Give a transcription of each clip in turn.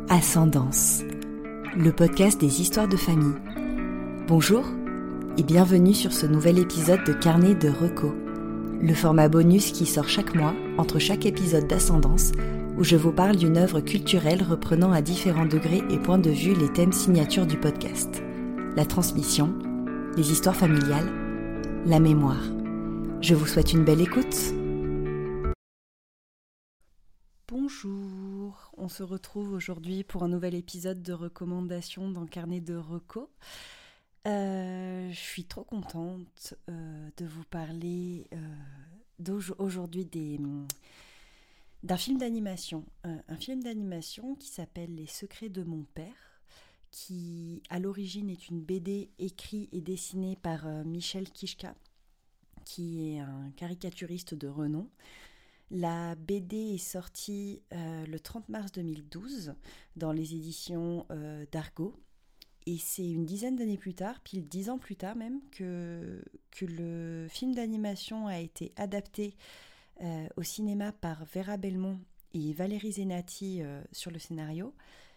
Ascendance, le podcast des histoires de famille. Bonjour et bienvenue sur ce nouvel épisode de Carnet de Reco, le format bonus qui sort chaque mois entre chaque épisode d'Ascendance où je vous parle d'une œuvre culturelle reprenant à différents degrés et points de vue les thèmes signatures du podcast. La transmission, les histoires familiales, la mémoire. Je vous souhaite une belle écoute. Bonjour, on se retrouve aujourd'hui pour un nouvel épisode de recommandations dans Carnet de Reco. Je suis trop contente de vous parler aujourd'hui d'un film d'animation. Un film d'animation qui s'appelle Les Secrets de mon père, qui à l'origine est une BD écrite et dessinée par Michel Kiszka, qui est un caricaturiste de renom. La BD est sortie le 30 mars 2012 dans les éditions d'Argo. Et c'est une dizaine d'années plus tard, pile 10 ans plus tard même, que le film d'animation a été adapté au cinéma par Vera Belmont et Valérie Zenati sur le scénario.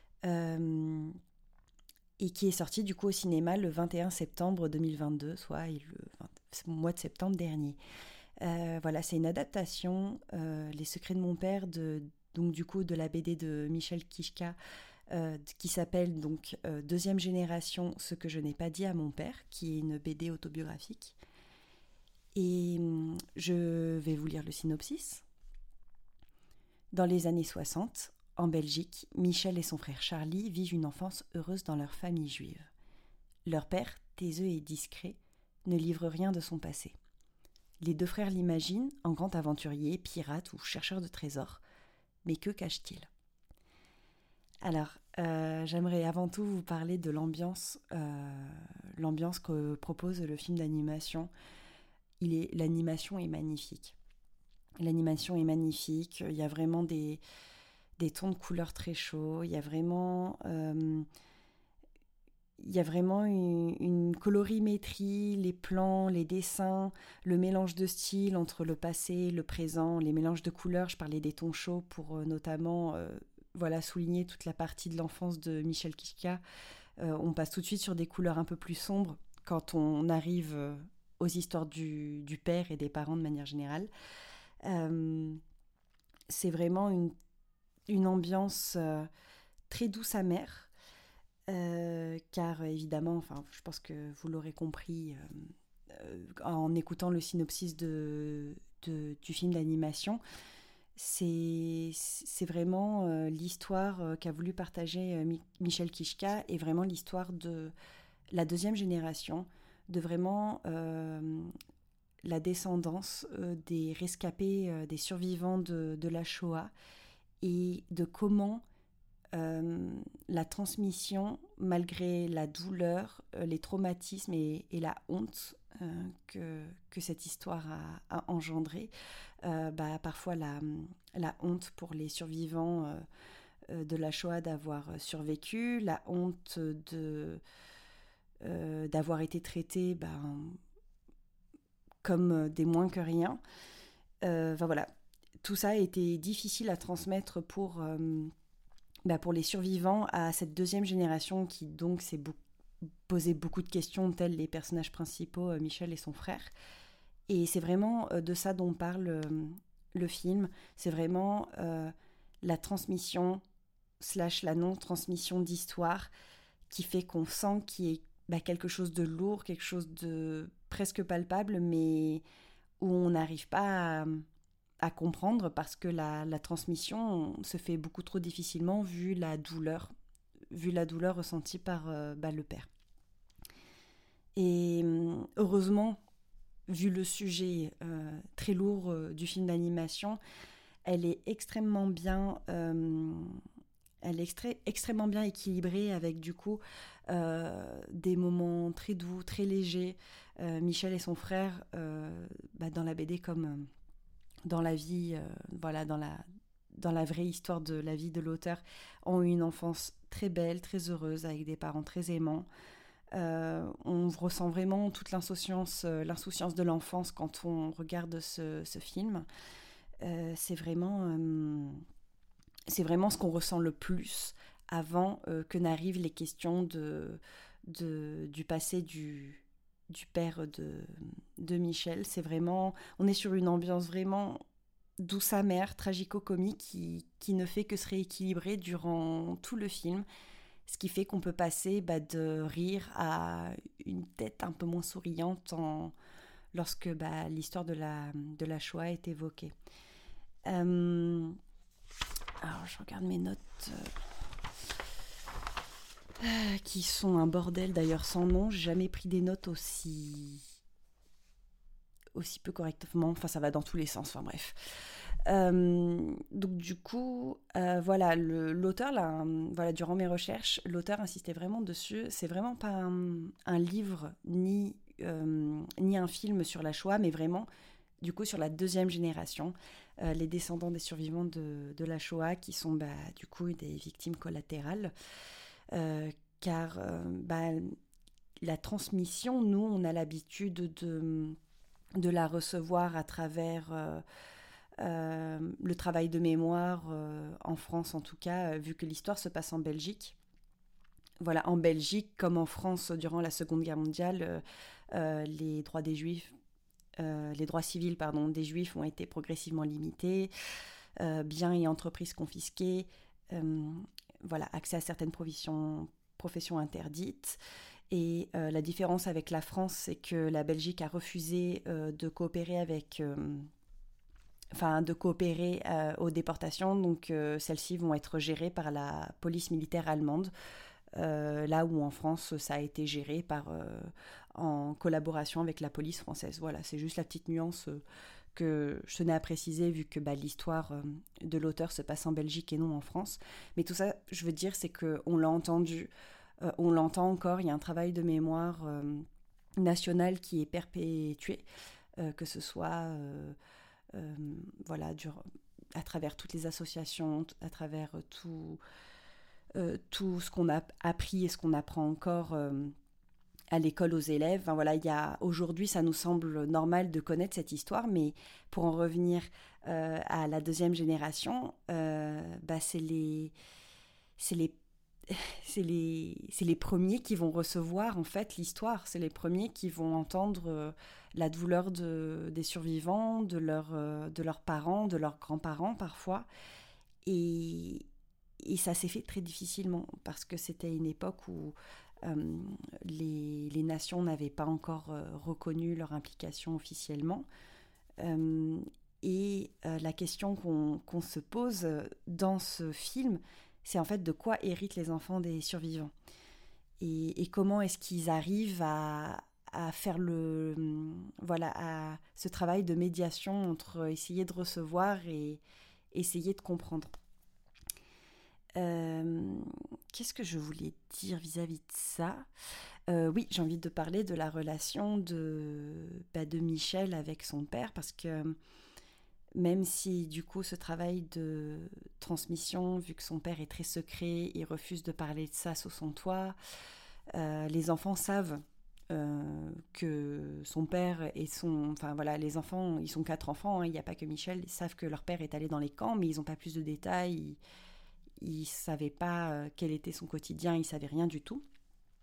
Et qui est sorti du coup au cinéma le 21 septembre 2022, soit le mois de septembre dernier. Voilà, c'est une adaptation, Les Secrets de mon père, donc du coup de la BD de Michel Kiszka, qui s'appelle donc Deuxième génération, ce que je n'ai pas dit à mon père, qui est une BD autobiographique. Et je vais vous lire le synopsis. Dans les années 60, en Belgique, Michel et son frère Charlie vivent une enfance heureuse dans leur famille juive. Leur père, taiseux et discret, ne livre rien de son passé. Les deux frères l'imaginent en grand aventurier, pirate ou chercheur de trésors. Mais que cache-t-il ? Alors, j'aimerais avant tout vous parler de l'ambiance que propose le film d'animation. L'animation est magnifique. L'animation est magnifique. Il y a vraiment des tons de couleurs très chauds. Il y a vraiment une colorimétrie, les plans, les dessins, le mélange de styles entre le passé, le présent, les mélanges de couleurs. Je parlais des tons chauds pour notamment souligner toute la partie de l'enfance de Michel Kiszka. On passe tout de suite sur des couleurs un peu plus sombres quand on arrive aux histoires du père et des parents de manière générale. C'est vraiment une ambiance très douce amère. Car évidemment, je pense que vous l'aurez compris en écoutant le synopsis du film d'animation, c'est vraiment l'histoire qu'a voulu partager Michel Kiszka, et vraiment l'histoire de la deuxième génération, de vraiment la descendance des rescapés, des survivants de la Shoah, et de comment la transmission, malgré la douleur, les traumatismes et la honte que cette histoire a engendré, parfois la honte pour les survivants de la Shoah d'avoir survécu, la honte d'avoir été traités comme des moins que rien. Voilà. Tout ça a été difficile à transmettre pour les survivants à cette deuxième génération qui donc s'est posé beaucoup de questions, tels les personnages principaux, Michel et son frère. Et c'est vraiment de ça dont parle le film. C'est vraiment la transmission / la non-transmission d'histoire qui fait qu'on sent qu'il y a quelque chose de lourd, quelque chose de presque palpable, mais où on n'arrive pas à comprendre parce que la transmission se fait beaucoup trop difficilement vu la douleur ressentie par le père. Et heureusement, vu le sujet très lourd du film d'animation, elle est extrêmement bien équilibrée avec du coup des moments très doux, très légers. Michel et son frère, dans la BD comme dans la vie, dans la vraie histoire de la vie de l'auteur, ont eu une enfance très belle, très heureuse, avec des parents très aimants. On ressent vraiment toute l'insouciance de l'enfance quand on regarde ce film. C'est vraiment ce qu'on ressent le plus avant que n'arrivent les questions du passé du père de Michel. C'est vraiment, on est sur une ambiance vraiment douce amère, tragico-comique qui ne fait que se rééquilibrer durant tout le film, ce qui fait qu'on peut passer de rire à une tête un peu moins souriante lorsque l'histoire de la Shoah est évoquée. Alors je regarde mes notes qui sont un bordel d'ailleurs sans nom. J'ai jamais pris des notes aussi peu correctement. Enfin, ça va dans tous les sens. Enfin bref. Donc du coup, voilà, l'auteur, là, voilà, durant mes recherches, l'auteur insistait vraiment dessus. C'est vraiment pas un livre ni un film sur la Shoah, mais vraiment, du coup, sur la deuxième génération, les descendants des survivants de la Shoah, qui sont du coup des victimes collatérales. Car la transmission, nous, on a l'habitude de la recevoir à travers le travail de mémoire, en France en tout cas, vu que l'histoire se passe en Belgique. Voilà, en Belgique, comme en France durant la Seconde Guerre mondiale, les droits des Juifs, les droits civils des Juifs ont été progressivement limités, biens et entreprises confisqués, voilà, accès à certaines professions interdites. Et la différence avec la France, c'est que la Belgique a refusé de coopérer aux déportations. Donc celles-ci vont être gérées par la police militaire allemande, là où en France, ça a été géré en collaboration avec la police française. Voilà, c'est juste la petite nuance que je tenais à préciser, vu que l'histoire de l'auteur se passe en Belgique et non en France. Mais tout ça, je veux dire, c'est qu'on l'a entendu, on l'entend encore, il y a un travail de mémoire national qui est perpétué, que ce soit voilà, à travers toutes les associations, à travers tout ce qu'on a appris et ce qu'on apprend encore à l'école aux élèves. Enfin, voilà, aujourd'hui, ça nous semble normal de connaître cette histoire, mais pour en revenir à la deuxième génération, c'est les premiers qui vont recevoir en fait l'histoire. C'est les premiers qui vont entendre la douleur des survivants, de leurs parents, de leurs grands-parents parfois. Et ça s'est fait très difficilement parce que c'était une époque où les nations n'avaient pas encore reconnu leur implication officiellement. La question qu'on se pose dans ce film, c'est en fait de quoi héritent les enfants des survivants et comment est-ce qu'ils arrivent à faire à ce travail de médiation entre essayer de recevoir et essayer de comprendre. Qu'est-ce que je voulais dire vis-à-vis de ça ? Oui, j'ai envie de parler de la relation de Michel avec son père, parce que même si du coup ce travail de transmission, vu que son père est très secret, il refuse de parler de ça sous son toit, les enfants savent que son père et les enfants, ils sont 4 enfants, il n'y a pas que Michel, ils savent que leur père est allé dans les camps, mais ils n'ont pas plus de détails, ils ne savaient pas quel était son quotidien, ils ne savaient rien du tout.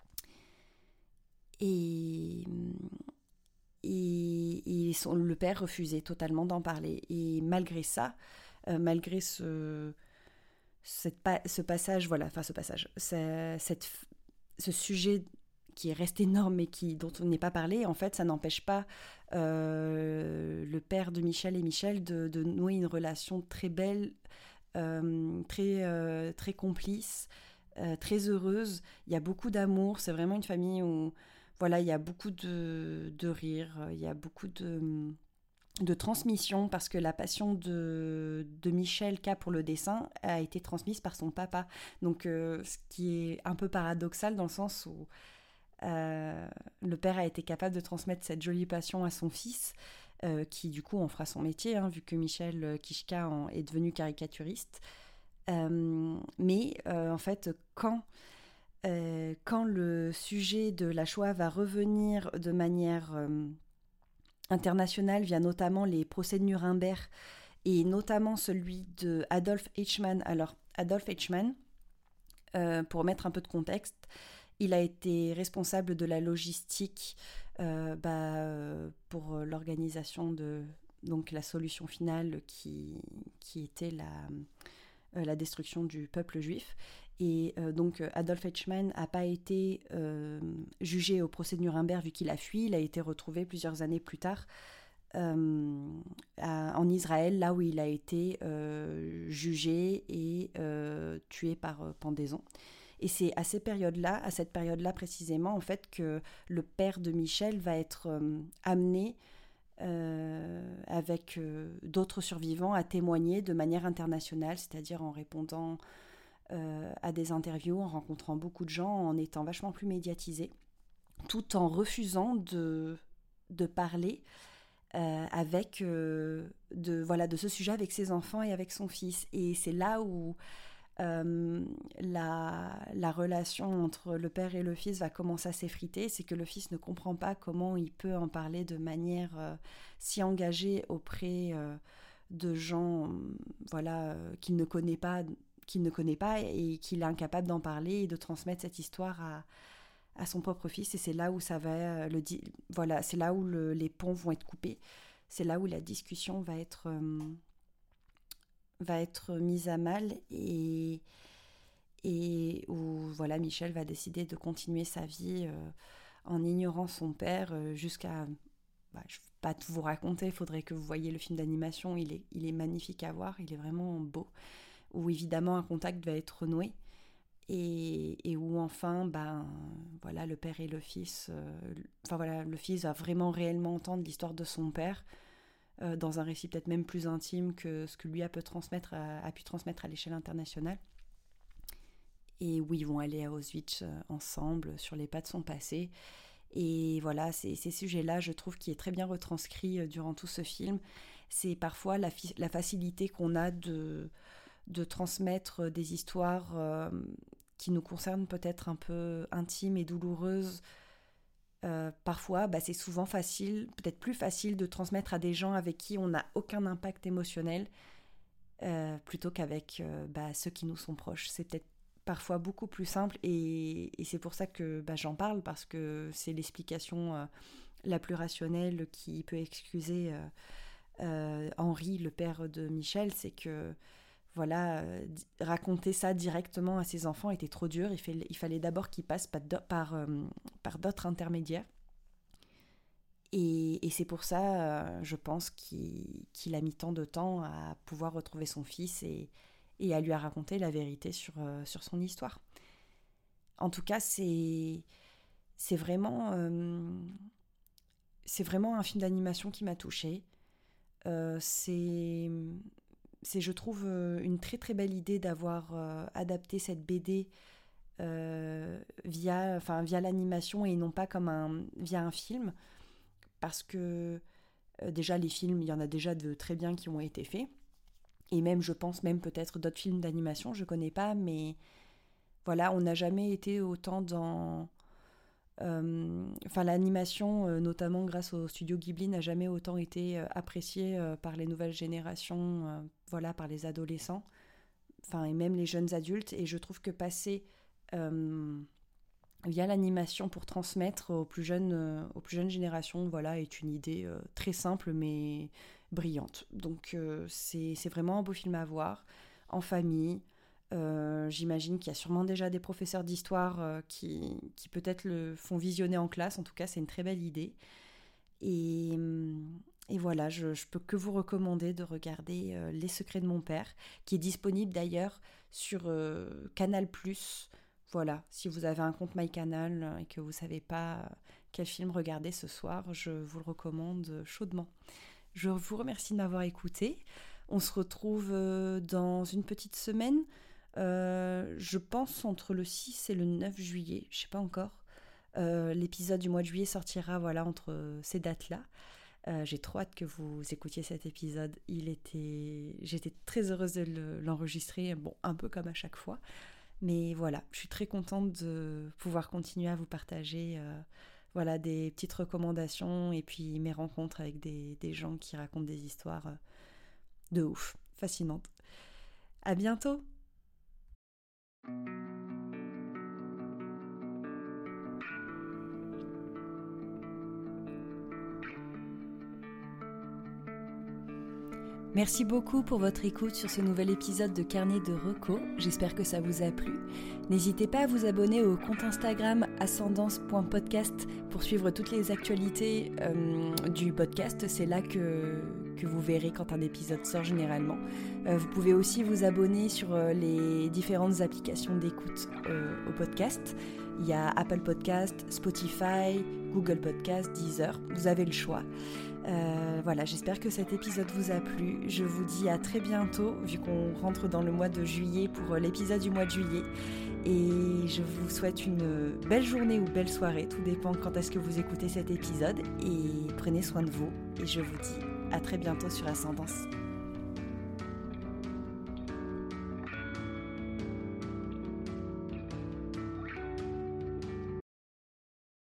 Et le père refusait totalement d'en parler. Et malgré ça, malgré ce passage, ce sujet qui est resté énorme et dont on n'est pas parlé, en fait, ça n'empêche pas le père de Michel et Michel de nouer une relation très belle, très complice, très heureuse. Il y a beaucoup d'amour. C'est vraiment une famille où il y a beaucoup de rire, il y a beaucoup de transmission, parce que la passion de Michel qu'a pour le dessin a été transmise par son papa. Donc, ce qui est un peu paradoxal dans le sens où le père a été capable de transmettre cette jolie passion à son fils, qui du coup en fera son métier, vu que Michel Kichka est devenu caricaturiste. Mais en fait, quand le sujet de la Shoah va revenir de manière internationale via notamment les procès de Nuremberg et notamment celui de Adolf Eichmann. Alors, Adolf Eichmann, Pour mettre un peu de contexte, il a été responsable de la logistique pour l'organisation de donc, la solution finale qui était la destruction du peuple juif. Et donc Adolf Eichmann n'a pas été jugé au procès de Nuremberg vu qu'il a fui. Il a été retrouvé plusieurs années plus tard en Israël, là où il a été jugé et tué par pendaison. Et c'est à cette période-là précisément, en fait, que le père de Michel va être amené avec d'autres survivants à témoigner de manière internationale, c'est-à-dire en répondant à des interviews, en rencontrant beaucoup de gens, en étant vachement plus médiatisé, tout en refusant de parler de ce sujet avec ses enfants et avec son fils. Et c'est là où la relation entre le père et le fils va commencer à s'effriter. C'est que le fils ne comprend pas comment il peut en parler de manière si engagée auprès de gens qu'il ne connaît pas et qu'il est incapable d'en parler et de transmettre cette histoire à son propre fils. Et c'est là où c'est là où les ponts vont être coupés. C'est là où la discussion va être mise à mal et où Michel va décider de continuer sa vie en ignorant son père jusqu'à... je ne vais pas tout vous raconter, il faudrait que vous voyiez le film d'animation, il est magnifique à voir, il est vraiment beau, où évidemment un contact va être renoué et où enfin le père et le fils le fils va vraiment réellement entendre l'histoire de son père dans un récit peut-être même plus intime que ce que lui a pu transmettre à l'échelle internationale, et où ils vont aller à Auschwitz ensemble sur les pas de son passé. Et voilà, ces sujets-là, je trouve qu'il est très bien retranscrit durant tout ce film. C'est parfois la facilité qu'on a de transmettre des histoires qui nous concernent peut-être un peu intimes et douloureuses. Parfois, c'est souvent facile, peut-être plus facile de transmettre à des gens avec qui on n'a aucun impact émotionnel plutôt qu'avec ceux qui nous sont proches. C'est peut-être parfois beaucoup plus simple et c'est pour ça que j'en parle, parce que c'est l'explication la plus rationnelle qui peut excuser Henri, le père de Michel. C'est que raconter ça directement à ses enfants était trop dur. Il fallait d'abord qu'ils passent par d'autres intermédiaires. Et c'est pour ça, je pense, qu'il a mis tant de temps à pouvoir retrouver son fils et à lui raconter la vérité sur son histoire. En tout cas, c'est vraiment un film d'animation qui m'a touchée. C'est, je trouve, une très très belle idée d'avoir adapté cette BD via l'animation et non pas via un film, parce que déjà les films, il y en a déjà de très bien qui ont été faits, et même je pense peut-être d'autres films d'animation, je connais pas, mais voilà, on n'a jamais été autant dans l'animation, notamment grâce au studio Ghibli, n'a jamais autant été appréciée par les nouvelles générations, par les adolescents, et même les jeunes adultes. Et je trouve que passer via l'animation pour transmettre aux plus jeunes générations, est une idée très simple mais brillante. Donc c'est vraiment un beau film à voir en famille. J'imagine qu'il y a sûrement déjà des professeurs d'histoire qui peut-être le font visionner en classe. En tout cas, c'est une très belle idée. Et voilà, je peux que vous recommander de regarder Les Secrets de mon père, qui est disponible d'ailleurs sur Canal+. Voilà, si vous avez un compte MyCanal et que vous ne savez pas quel film regarder ce soir, je vous le recommande chaudement. Je vous remercie de m'avoir écouté. On se retrouve dans une petite semaine. Je pense entre le 6 et le 9 juillet, je ne sais pas encore. L'épisode du mois de juillet sortira entre ces dates-là. J'ai trop hâte que vous écoutiez cet épisode. J'étais très heureuse de l'enregistrer, un peu comme à chaque fois. Mais voilà, je suis très contente de pouvoir continuer à vous partager des petites recommandations et puis mes rencontres avec des gens qui racontent des histoires de ouf, fascinantes. À bientôt! Merci beaucoup pour votre écoute sur ce nouvel épisode de Carnet de Reco. J'espère que ça vous a plu. N'hésitez pas à vous abonner au compte Instagram ascendance.podcast pour suivre toutes les actualités du podcast. C'est là que vous verrez quand un épisode sort généralement. Vous pouvez aussi vous abonner sur les différentes applications d'écoute au podcast. Il y a Apple Podcast, Spotify, Google Podcast, Deezer. Vous avez le choix. Voilà, j'espère que cet épisode vous a plu. Je vous dis à très bientôt, vu qu'on rentre dans le mois de juillet pour l'épisode du mois de juillet. Et je vous souhaite une belle journée ou belle soirée, tout dépend quand est-ce que vous écoutez cet épisode. Et prenez soin de vous. Et je vous dis à très bientôt sur Ascendance.